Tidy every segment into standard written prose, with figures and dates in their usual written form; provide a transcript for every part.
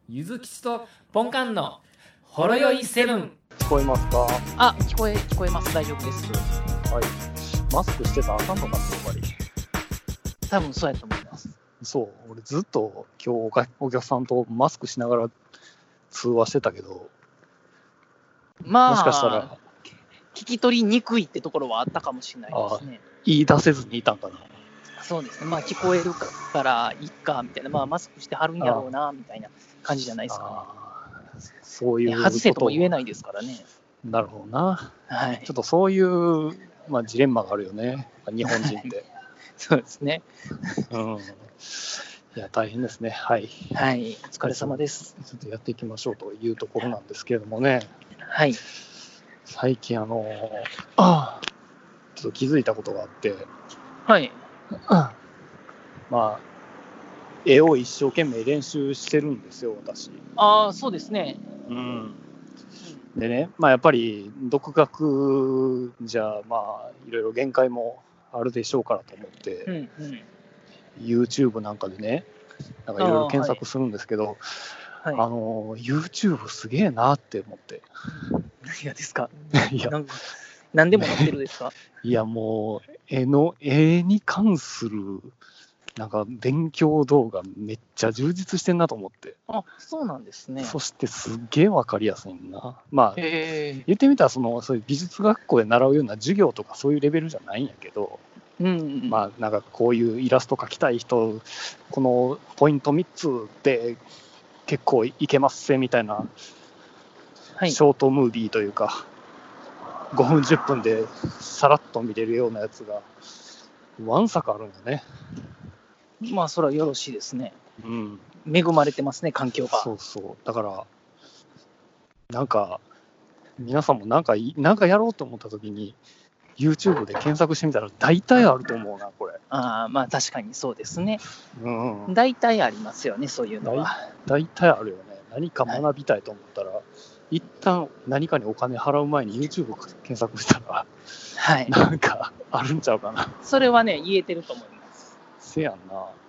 ゆずきちとポンカンのほろよいセブン。 聞こえますか？ あ、聞こえます。大丈夫です。 はい。マスクしてたらあかんのかってやっぱり。 多分そうやと思います。 そう、俺ずっと今日お客さんとマスクしながら通話してたけど、 まあ、 もしかしたら聞き取りにくいってところはあったかもしれないですね。 言い出せずにいたんかな。 そうですね。まあ、聞こえるからいっか、みたいな。まあ、マスクしてはるんやろうな、みたいな感じじゃないですかね。そういう外せとも言えないですからね。 なるほどな。 はい。 ちょっとそういう、ジレンマがあるよね。日本人って。 そうですね。 うん。いや、大変ですね。はい。 はい。お疲れ様です。 ちょっとやっていきましょうというところなんですけれどもね。 はい。 最近ちょっと気づいたことがあって、 はい。 絵を一生懸命練習してるんですよ、私。 ああ、そうですね。 うん。でね、やっぱり独学じゃ、いろいろ限界もあるでしょうからと思って、YouTube なんかでね、なんかいろいろ検索するんですけど、 はい、 YouTube すげえなって思って。 何がですか？ いや、 何でも載ってるですか？ いや、もう、絵に関する、なんか勉強動画めっちゃ充実してんなと思って。 あ、そうなんですね。 そしてすっげえわかりやすいな。言ってみたらそういう美術学校で習うような授業とかそういうレベルじゃないんやけど、なんかこういうイラスト描きたい人、このポイント3つで結構いけますせみたいな、ショートムービーというか、5分10分でさらっと見れるようなやつがわんさかあるんよね。 まあそれはよろしいですね。 うん。 恵まれてますね、環境が。 そうそう。だからなんか皆さんもなんかやろうと思った時に YouTube で検索してみたら大体あると思うな、これ。 まあ確かにそうですね。 うん。 大体ありますよね、そういうのは。 大体あるよね。何か学びたいと思ったら、一旦何かにお金払う前に YouTube 検索したら、 はい、 なんかあるんちゃうかな。 それはね、言えてると思います。 せやんな。 はい。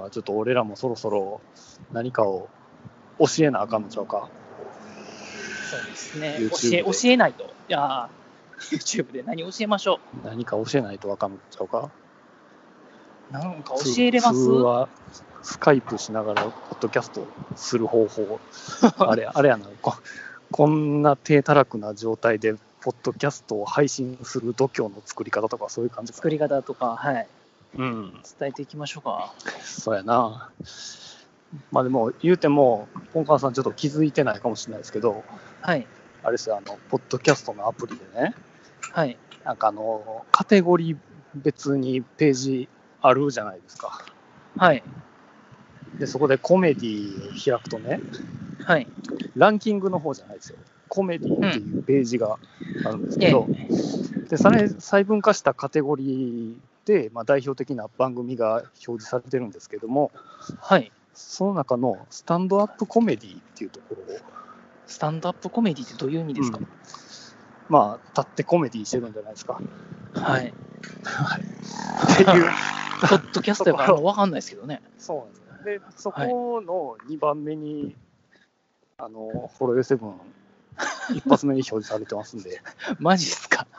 ちょっと俺らもそろそろ何かを教えなあかんのちゃうか。 そうですね。教えないと。いや、YouTube で何教えましょう。何か教えないとあかんのちゃうか。 なんか教えれます？ 通話、スカイプしながらポッドキャストする方法。あれやな。こんな低たらくな状態でポッドキャストを配信する度胸の作り方とかそういう感じかな。 作り方とか、はい。 うん。 伝えていきましょうか。 そうやな。でも言うても本川さんちょっと気づいてないかもしれないですけど、 はい。 あれですよ、ポッドキャストのアプリでね、 はい。 なんかカテゴリー別にページあるじゃないですか。 はい。 で、そこでコメディを開くとね、 はい。 ランキングの方じゃないですよ。コメディっていうページがあるんですけど、で、細分化したカテゴリーで、代表的な番組が表示されてるんですけども、 はい。 その中のスタンドアップコメディっていうところを、 スタンドアップコメディってどういう意味ですか？ 立ってコメディしてるんじゃないですか。 はい。 っていう。 ポッドキャストやから分かんないですけどね。 そうなんですね。で、そこの2番目に、ホロヨ7一発目に表示されてますんで。 マジっすか？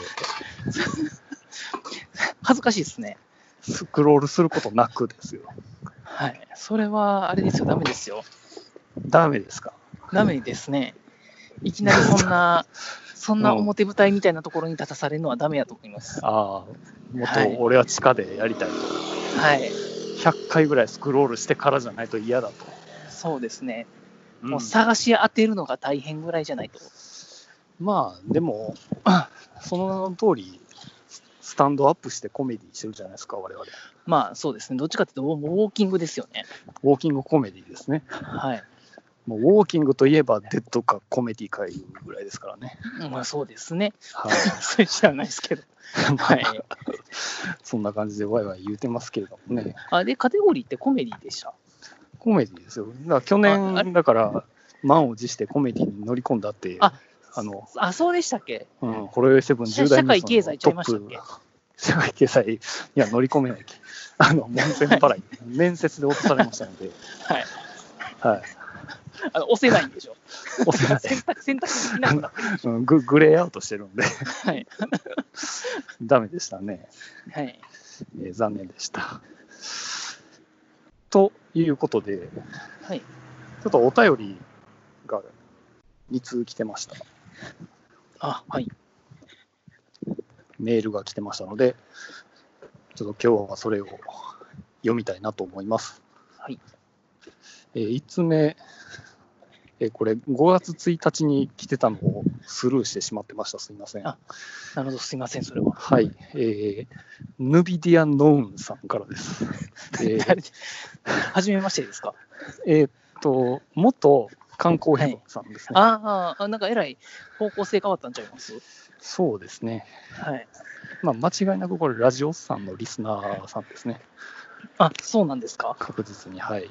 恥ずかしいですね。 スクロールすることなくですよ。 はい。それは、あれですよ、ダメですよ。 ダメですか？ ダメですね。いきなりそんな表舞台みたいなところに立たされるのはダメやと思います。 もっと俺は地下でやりたいと。 はい。 100回ぐらいスクロールしてからじゃないと嫌だと。 そうですね。もう探し当てるのが大変ぐらいじゃないと。 でも、その名の通り、スタンドアップしてコメディしてるじゃないですか、我々。 そうですね。どっちかというと、ウォーキングですよね。 ウォーキングコメディですね。 はい。 もうウォーキングといえばデッドかコメディかいうぐらいですからね。 そうですね。 はい。 それじゃないですけど。はい。 そんな感じでワイワイ言うてますけれどもね。 で、カテゴリーってコメディでした？ コメディですよ。だから去年、満を持してコメディに乗り込んだって。 そうでしたっけ？ ホロヨイ7 10代社会経済ちゃいましたっけ？ 社会経済、乗り込めない。門前払い、面接で落とされましたので、 はい。 はい。 押せないんでしょ。 押せない。 選択できなくなってるでしょ。 グレーアウトしてるんで。 はい。 ダメでしたね。 はい。 残念でした。ということで、 はい。 ちょっとお便りが2通来てました。 あ、はい。 メールが来てましたので、ちょっと今日はそれを読みたいなと思います。 はい。 1つ目、これ5月1日に来てたのをスルーしてしまってました。すみません。 あ、なるほど、すみません、それは。 はい。ヌビディアノーンさんからです。 はじめましてですか？ 元観光ヘブンさんですね。 はい、なんかえらい方向性変わったんちゃいます？ そうですね。 はい。 まあ、間違いなくこれ、ラジオさんのリスナーさんですね。 あ、そうなんですか？ 確実に、はい。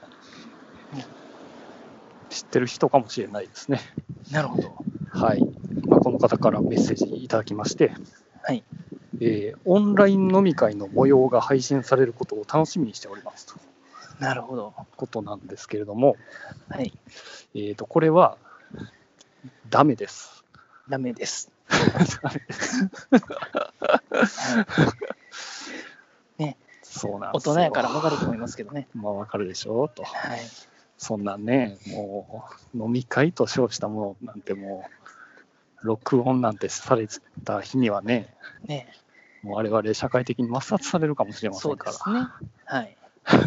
知ってる人かもしれないですね。 なるほど。 はい。まあ、この方からメッセージいただきまして、 はい。 オンライン飲み会の模様が配信されることを楽しみにしておりますと。 なるほど。 ことなんですけれども、 はい。 これは、ダメです。 ダメです。ね。 そうなんですよ。 大人やから分かると思いますけどね。 まあ、分かるでしょうと。 はい。 そんなね、もう、飲み会と称したものなんてもう、録音なんてされた日にはね、もう我々社会的に抹殺されるかもしれませんから。 そうですね。はい。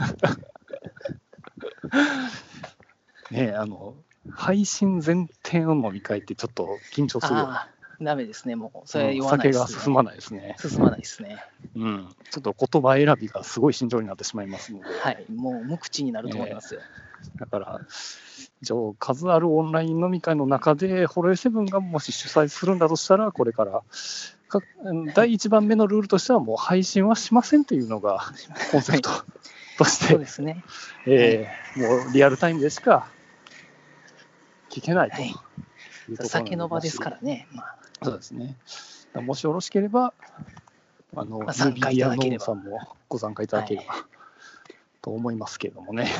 ね、配信前提の飲み会ってちょっと緊張するよね。 ダメですね、もう。それ言わないですね。 酒が進まないですね。 進まないですね。 うん。ちょっと言葉選びがすごい慎重になってしまいますので。 はい。もう無口になると思いますよ。 だから、数あるオンライン飲み会の中で、ホロエセブンがもし主催するんだとしたら、これから第1番目のルールとしては、もう配信はしませんというのがコンセプトとして、 そうですね。 もうリアルタイムでしか聞けないというところなんで、 酒の場ですからね。 そうですね。もしよろしければ、 参加いただければ。 さんもご参加いただければ、と思いますけれどもね。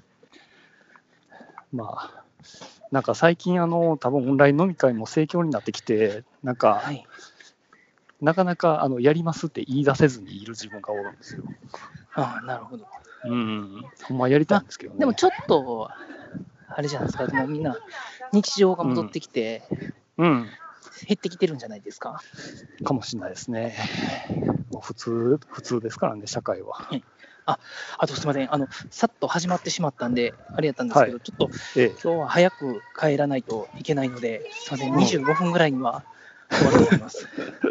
まあ、なんか最近多分オンライン飲み会も盛況になってきて、なんか、なかなかやりますって言い出せずにいる自分がおるんですよ。 ああ、なるほど。 ほんまやりたいんですけどね。 でもちょっと、あれじゃないですか、もうみんな日常が戻ってきて、減ってきてるんじゃないですか。 かもしれないですね。もう普通ですからね、社会は。 あとすみません、さっと始まってしまったんで、あれやったんですけど、ちょっと、今日は早く帰らないといけないので、すみません、25分ぐらいには終わると思います。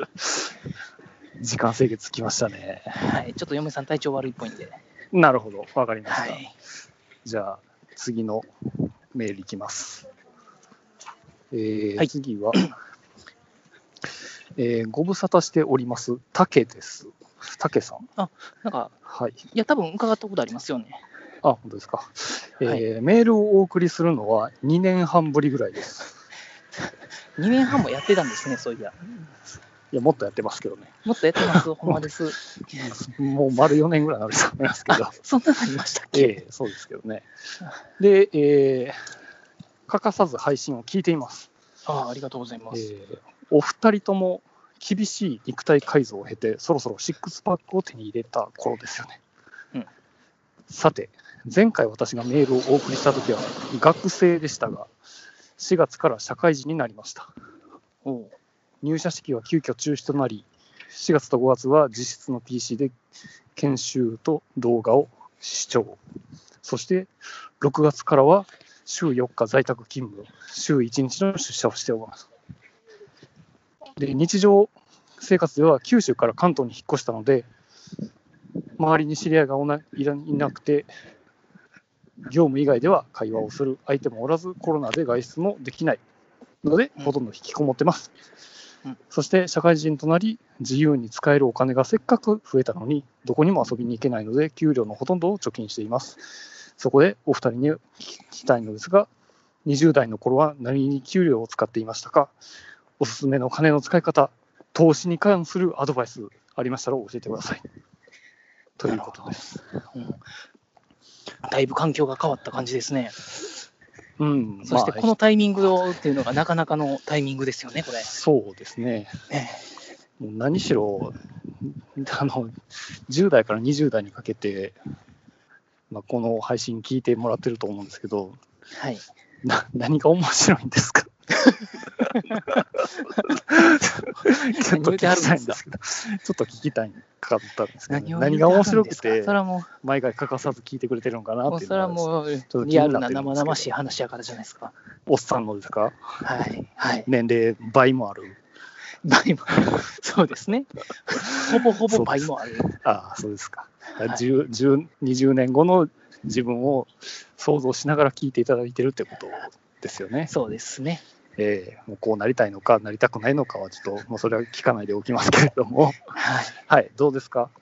時間制限つきましたね。 はい、ちょっと嫁さん体調悪いっぽいんで。 なるほど、わかりました。じゃあ、次のメールいきます。次は、ご無沙汰しております、竹です。竹さん。 なんか、いや、多分伺ったことありますよね。 本当ですか。メールをお送りするのは2年半ぶりぐらいです。 2年半もやってたんですね、そういや。 いや、もっとやってますけどね。 もっとやってます、ほんまです。 もう丸4年ぐらいになると思いますけど。 そんなのありましたっけ？ そうですけどね。で、欠かさず配信を聞いています。 ありがとうございます。 お二人とも厳しい肉体改造を経て、そろそろシックスパックを手に入れた頃ですよね。さて、前回私がメールをお送りしたときは学生でしたが、4月から社会人になりました。入社式は急遽中止となり、4月と5月は実質の PC で研修と動画を視聴。そして6月からは週4日在宅勤務、週1日の出社をしております。で、日常生活では九州から関東に引っ越したので、周りに知り合いがいなくて、業務以外では会話をする相手もおらず、コロナで外出もできないので、ほとんど引きこもってます。そして社会人となり、自由に使えるお金がせっかく増えたのに、どこにも遊びに行けないので、給料のほとんどを貯金しています。そこでお二人に聞きたいのですが、20代の頃は何に給料を使っていましたか？おすすめの金の使い方、投資に関するアドバイスありましたら教えてください。ということです。 だいぶ環境が変わった感じですね。 うん、そしてこのタイミングっていうのがなかなかのタイミングですよね、これ。 そうですね。もう何しろ10代から20代にかけて、この配信聞いてもらってると思うんですけど、 はい、 何が面白いんですか？ちょっと聞きたいんですけど、ちょっと聞きたいかったんですけど、何が面白くて、毎回欠かさず聞いてくれてるのかなっていうのは、 それはもうリアルな生々しい話やからじゃないですか。 おっさんのですか？ はい、はい。 年齢倍もある。 倍もそうですね。ほぼ倍もある。 ああ、そうですか。20年後の自分を想像しながら聞いていただいてるってことですよね。 そうですね。 もうこうなりたいのかなりたくないのかはちょっともうそれは聞かないでおきますけれども、 はい、 はい、どうですか？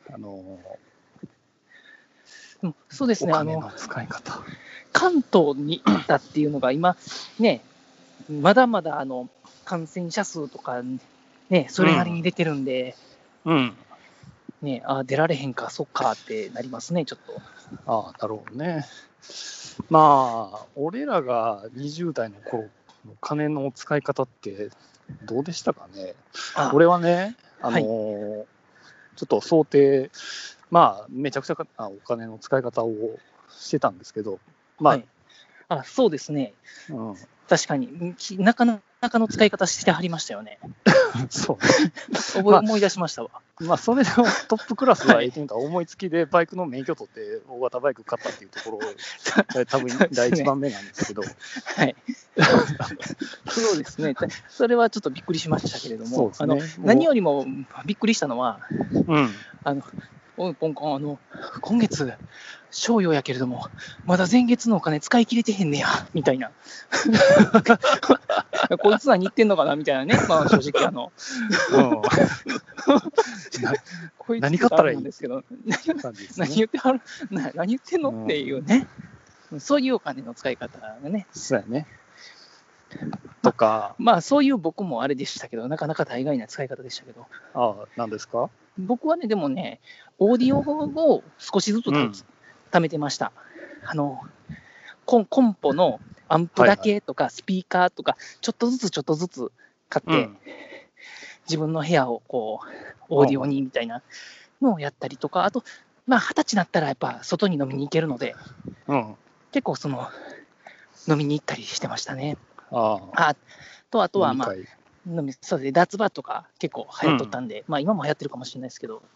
そうですね。 お金の使い方。 関東に行ったっていうのが今ね、まだまだ感染者数とかね、それなりに出てるんで、ね、出られへんか、そっかってなりますね、ちょっと。 なるほどね。まあ、俺らが20代の頃の金の使い方ってどうでしたかね。俺はね、はい、ちょっと想定、めちゃくちゃお金の使い方をしてたんですけど、 はい、そうですね。確かになかなかの使い方してはりましたよね。そう思い出しましたわ。 それでもトップクラスは言ってみたら思いつきでバイクの免許取って大型バイク買ったっていうところ多分第一番目なんですけど、 はい、そうですね。それはちょっとびっくりしましたけれども、何よりもびっくりしたのは、ポンコン、今月、賞与やけれども、まだ前月のお金使い切れてへんねや、みたいな。こいつ何言ってんのかなみたいなね、正直こいつ何買ったらいいんですけど、何言ってんのっていうね、そういうお金の使い方がね。 そうやね。とか。 そういう僕もあれでしたけど、なかなか大概な使い方でしたけど。 何ですか？ 僕はね、でもね、オーディオを少しずつ貯めてました。コンポのアンプだけとか、スピーカーとか、ちょっとずつ買って、自分の部屋をこう、オーディオにみたいなのをやったりとか、あと、20歳になったらやっぱ外に飲みに行けるので、結構飲みに行ったりしてましたね。あとはそうですね、脱バとか結構流行っとったんで、今も流行ってるかもしれないですけど、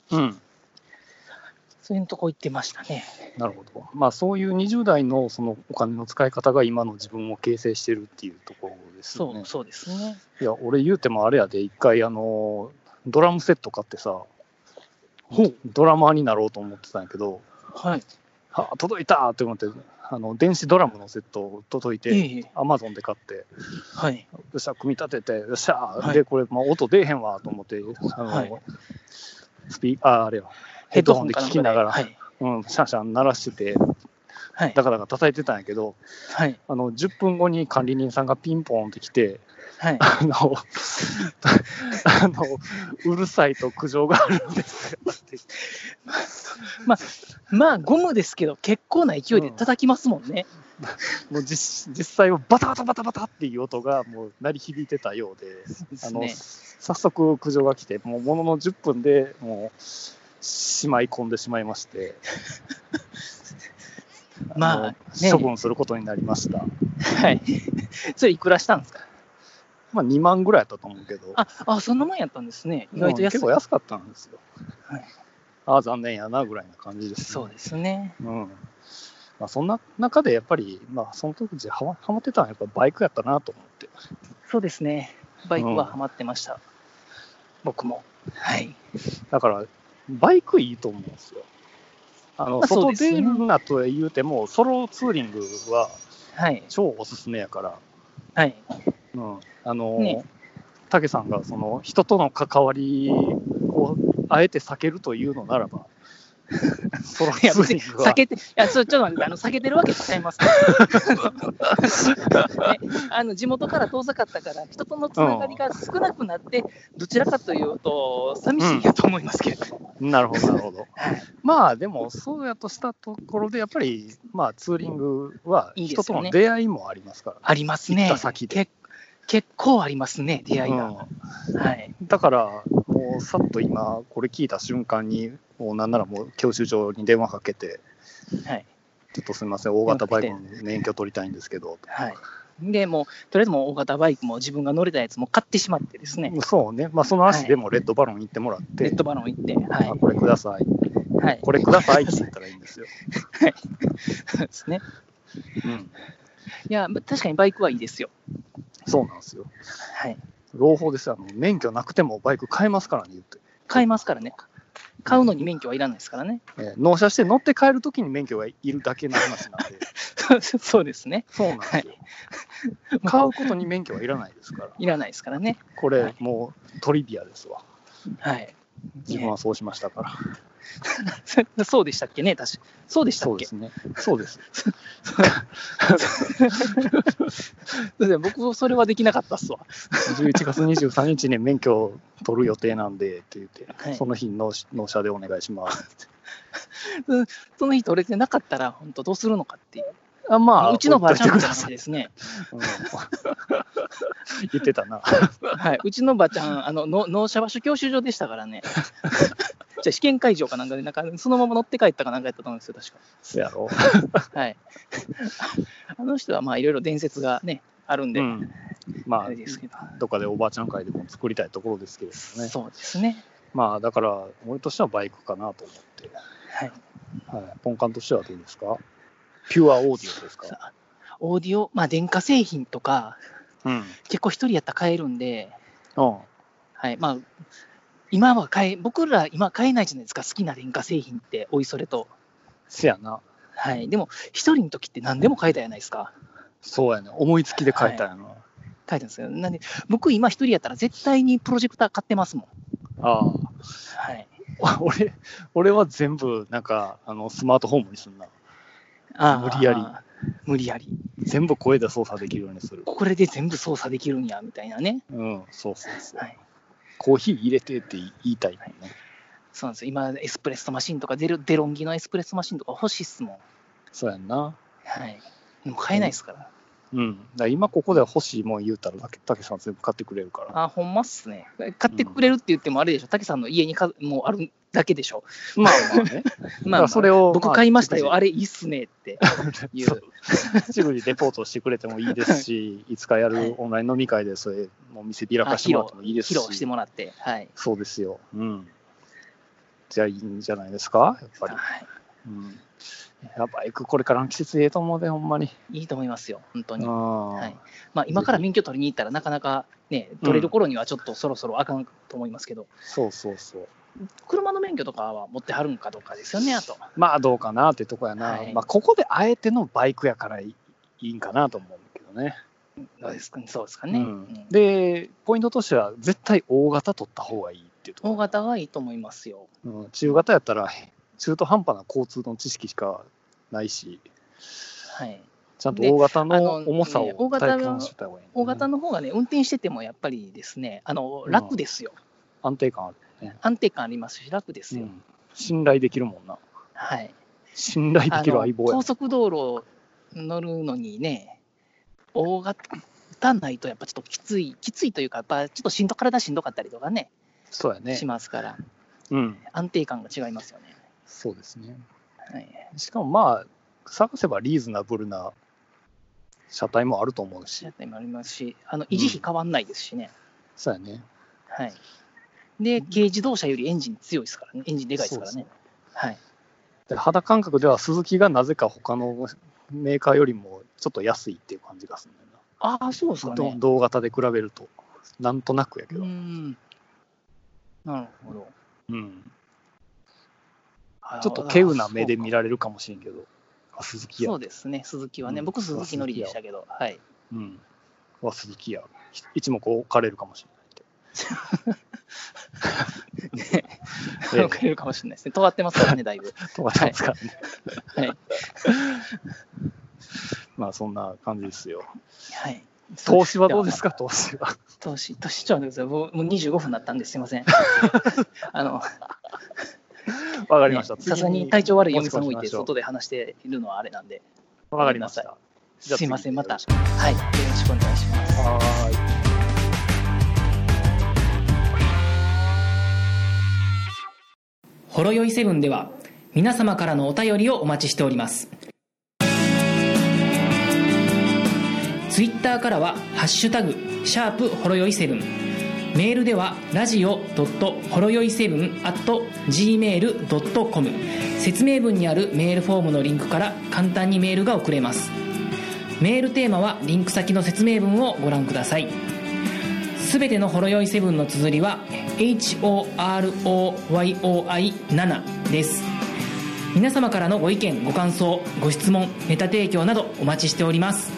そういうとこ行ってましたね。 なるほど。そういう20代のそのお金の使い方が今の自分を形成してるっていうところですよね。 そうですね。 いや、俺言うてもあれやで、一回ドラムセット買ってさ、ドラマーになろうと思ってたんやけど、届いたって思って、電子ドラムのセットを届いて、アマゾンで買って、よっしゃ、組み立てて、よっしゃ、で、これ、音出えへんわと思って、あれよ、ヘッドホンで聞きながら、シャンシャン鳴らしてて、だから叩いてたんやけど、10分後に管理人さんがピンポンって来て、うるさいと苦情があるんですよってゴムですけど結構な勢いで叩きますもんね。 もう実際はバタバタバタバタっていう音がもう鳴り響いてたようで、早速苦情が来て、ものの10分でもうしまい込んでしまいまして処分することになりました。 それいくらしたんですか ？2万ぐらいやったと思うけど。 そんなもんやったんですね。意外と結構安かったんですよ。残念やなぐらいな感じです、ね。 そうですね。 そんな中でやっぱり、その時ハマってたのはやっぱバイクやったなと思って。 そうですね。バイクはハマってました。僕も。 だから、バイクいいと思うんですよ。外出るなと言うても、ソロツーリングは超おすすめやから。武さんがその人との関わりをあえて避けるというのならば、 ソロいや、別にツーリングは避けて、いや、それちょっと待って、避けてるわけじゃちゃいますから、ね、地元から遠ざかったから、人とのつながりが少なくなって、どちらかというと、寂しいやと思いますけど。 なるほど、なるほど。まあ、でも、そうやとしたところで、やっぱり、まあ、ツーリングは、人との出会いもありますから、 ありますね。 行った先で。 結構ありますね、出会いが。はい、 だから、もうさっと今、これ聞いた瞬間に、もうなんならもう教習所に電話かけて、 はい、 ちょっとすみません、大型バイクの免許取りたいんですけど、 はい、でもう、とりあえずもう大型バイクも自分が乗れたやつも買ってしまってですね。 そうね、まあ、その足でもレッドバロン行ってもらって、 レッドバロン行って、はい、 これください、はい、これくださいって言ったらいいんですよ。 はい、そうですね。 うん、 いや、確かにバイクはいいですよ。 そうなんですよ。 はい。 朗報ですよ。免許なくてもバイク買えますからね、言って。 買えますからね。買うのに免許はいらないですからね。 納車して乗って帰るときに免許がいるだけの話なんで。 そうですね。 そうなんですよ。はい、買うことに免許はいらないですから。 いらないですからね。 これ、もうトリビアですわ。 はい。 自分はそうしましたから。 そうでしたっけね、確か。そうでしたっけ。 そうですね。そうです。 僕、それはできなかったっすわ。 11月23日に免許を取る予定なんでって言って、 はい、 その日納車でお願いしますって。 その日取れてなかったら、本当どうするのかっていう。 まあ、 うちのばあちゃんみたいな感じですね。 言ってたな。 はい、うちのばあちゃん、納車場所教習所でしたからね。じゃ試験会場かなんかで、そのまま乗って帰ったかなんかやったと思うんですよ、確か。 そうやろ。 はい。あの人は、まあ、いろいろ伝説がね、あるんで、 まあ、 あれですけど、 どっかでおばあちゃん会でも作りたいところですけれどもね。 そうですね。 まあ、だから、俺としてはバイクかなと思って。 はい。 はい、ポンカンとしてはどうですか？ピュアオーディオですか？ オーディオ、まあ、電化製品とか、結構一人やったら買えるんで、はい、まあ、今は僕ら今買えないじゃないですか、好きな電化製品って、おいそれと。 せやな。 はい。でも、一人の時って何でも買えたじゃないですか。 そうやね。思いつきで買えたやな。 買えたんですよ。なんで、僕今一人やったら絶対にプロジェクター買ってますもん。 ああ。 はい。 俺は全部、なんか、スマートフォンにすんな。無理やり。 無理やり。 全部声で操作できるようにする。 これで全部操作できるんや、みたいなね。 そうそうそう。 はい、 コーヒー入れてって言いたいね。 そうなんですよ。今、エスプレッソマシンとか、デロンギのエスプレッソマシンとか欲しいっすもん。 そうやんな。 はい。でも買えないですから。 だから今ここで欲しいもん言うたら、たけさん全部買ってくれるから。 あ、ほんまっすね。買ってくれるって言ってもあれでしょ。たけさんの家にもうあるだけでしょ。 まあまあね。 まあ、 それを僕買いましたよ。あれいいっすねっていう。 すぐにレポートしてくれてもいいですし、いつかやるオンライン飲み会でそれも見せびらかしてもらってもいいですし。 披露してもらって。はい。 そうですよ。じゃあいいんじゃないですか、やっぱり。 はい。 バイクこれからの季節ええと思うで、ほんまに。 いいと思いますよ、本当に。はい。まあ、今から免許取りに行ったらなかなかね、取れる頃にはちょっとそろそろあかんと思いますけど。 そうそうそう。 車の免許とかは持ってはるんかどうかですよね、あと。 まあどうかなってとこやな。まあここであえてのバイクやからいいんかなと思うんだけどね。 そうですかね。 で、ポイントとしては絶対大型取った方がいいっていうところ。 大型はいいと思いますよ。 中型やったら中途半端な交通の知識しかないし、 はい、 ちゃんと大型の重さを体感した方がいい、 大型の方がね、運転しててもやっぱりですね、楽ですよ。 安定感あるね。 安定感ありますし、楽ですよ。 信頼できるもんな。 はい。 信頼できる相棒や。 高速道路乗るのにね、大型ないとやっぱちょっときついというか、やっぱちょっと体しんどかったりとかね、 そうやね。 しますから、安定感が違いますよね。 そうですね。 はい、 しかもまあ、探せばリーズナブルな車体もあると思うし。 車体もありますし、維持費変わんないですしね。 そうやね。 はい。で、軽自動車よりエンジン強いですからね。エンジンでかいですからね。はい。 で肌感覚ではスズキがなぜか他のメーカーよりもちょっと安いっていう感じがするんだよな。ああ、そうですかね。 同型で比べると。なんとなくやけど。 なるほど。 ちょっと稀有な目で見られるかもしれんけど。スズキや。 そうですね、スズキはね。僕、スズキ乗りでしたけど。はい。 スズキや。一目置かれるかもしれないって。 遅れるかもしれないですね。尖ってますからね、だいぶ。 尖ってますからね。 はい。 まあそんな感じですよ。 はい。 投資はどうですか、投資は。 投資、ちょっと待ってください。もう25分になったんですいません。 わかりました。 さすがに体調悪い嫁さんを置いて外で話しているのはあれなんで。 わかりました。 すいません、また。はい。よろしくお願いします。 はい。 ほろよい7では皆様からのお便りをお待ちしております。ツイッターからはハッシュタグ#ほろよい7、メールではラジオほろよい7 @gmail.com、 説明文にあるメールフォームのリンクから簡単にメールが送れます。メールテーマはリンク先の説明文をご覧ください。すべてのほろよい7の綴りは HOROYOI7 です。皆様からのご意見ご感想ご質問ネタ提供などお待ちしております。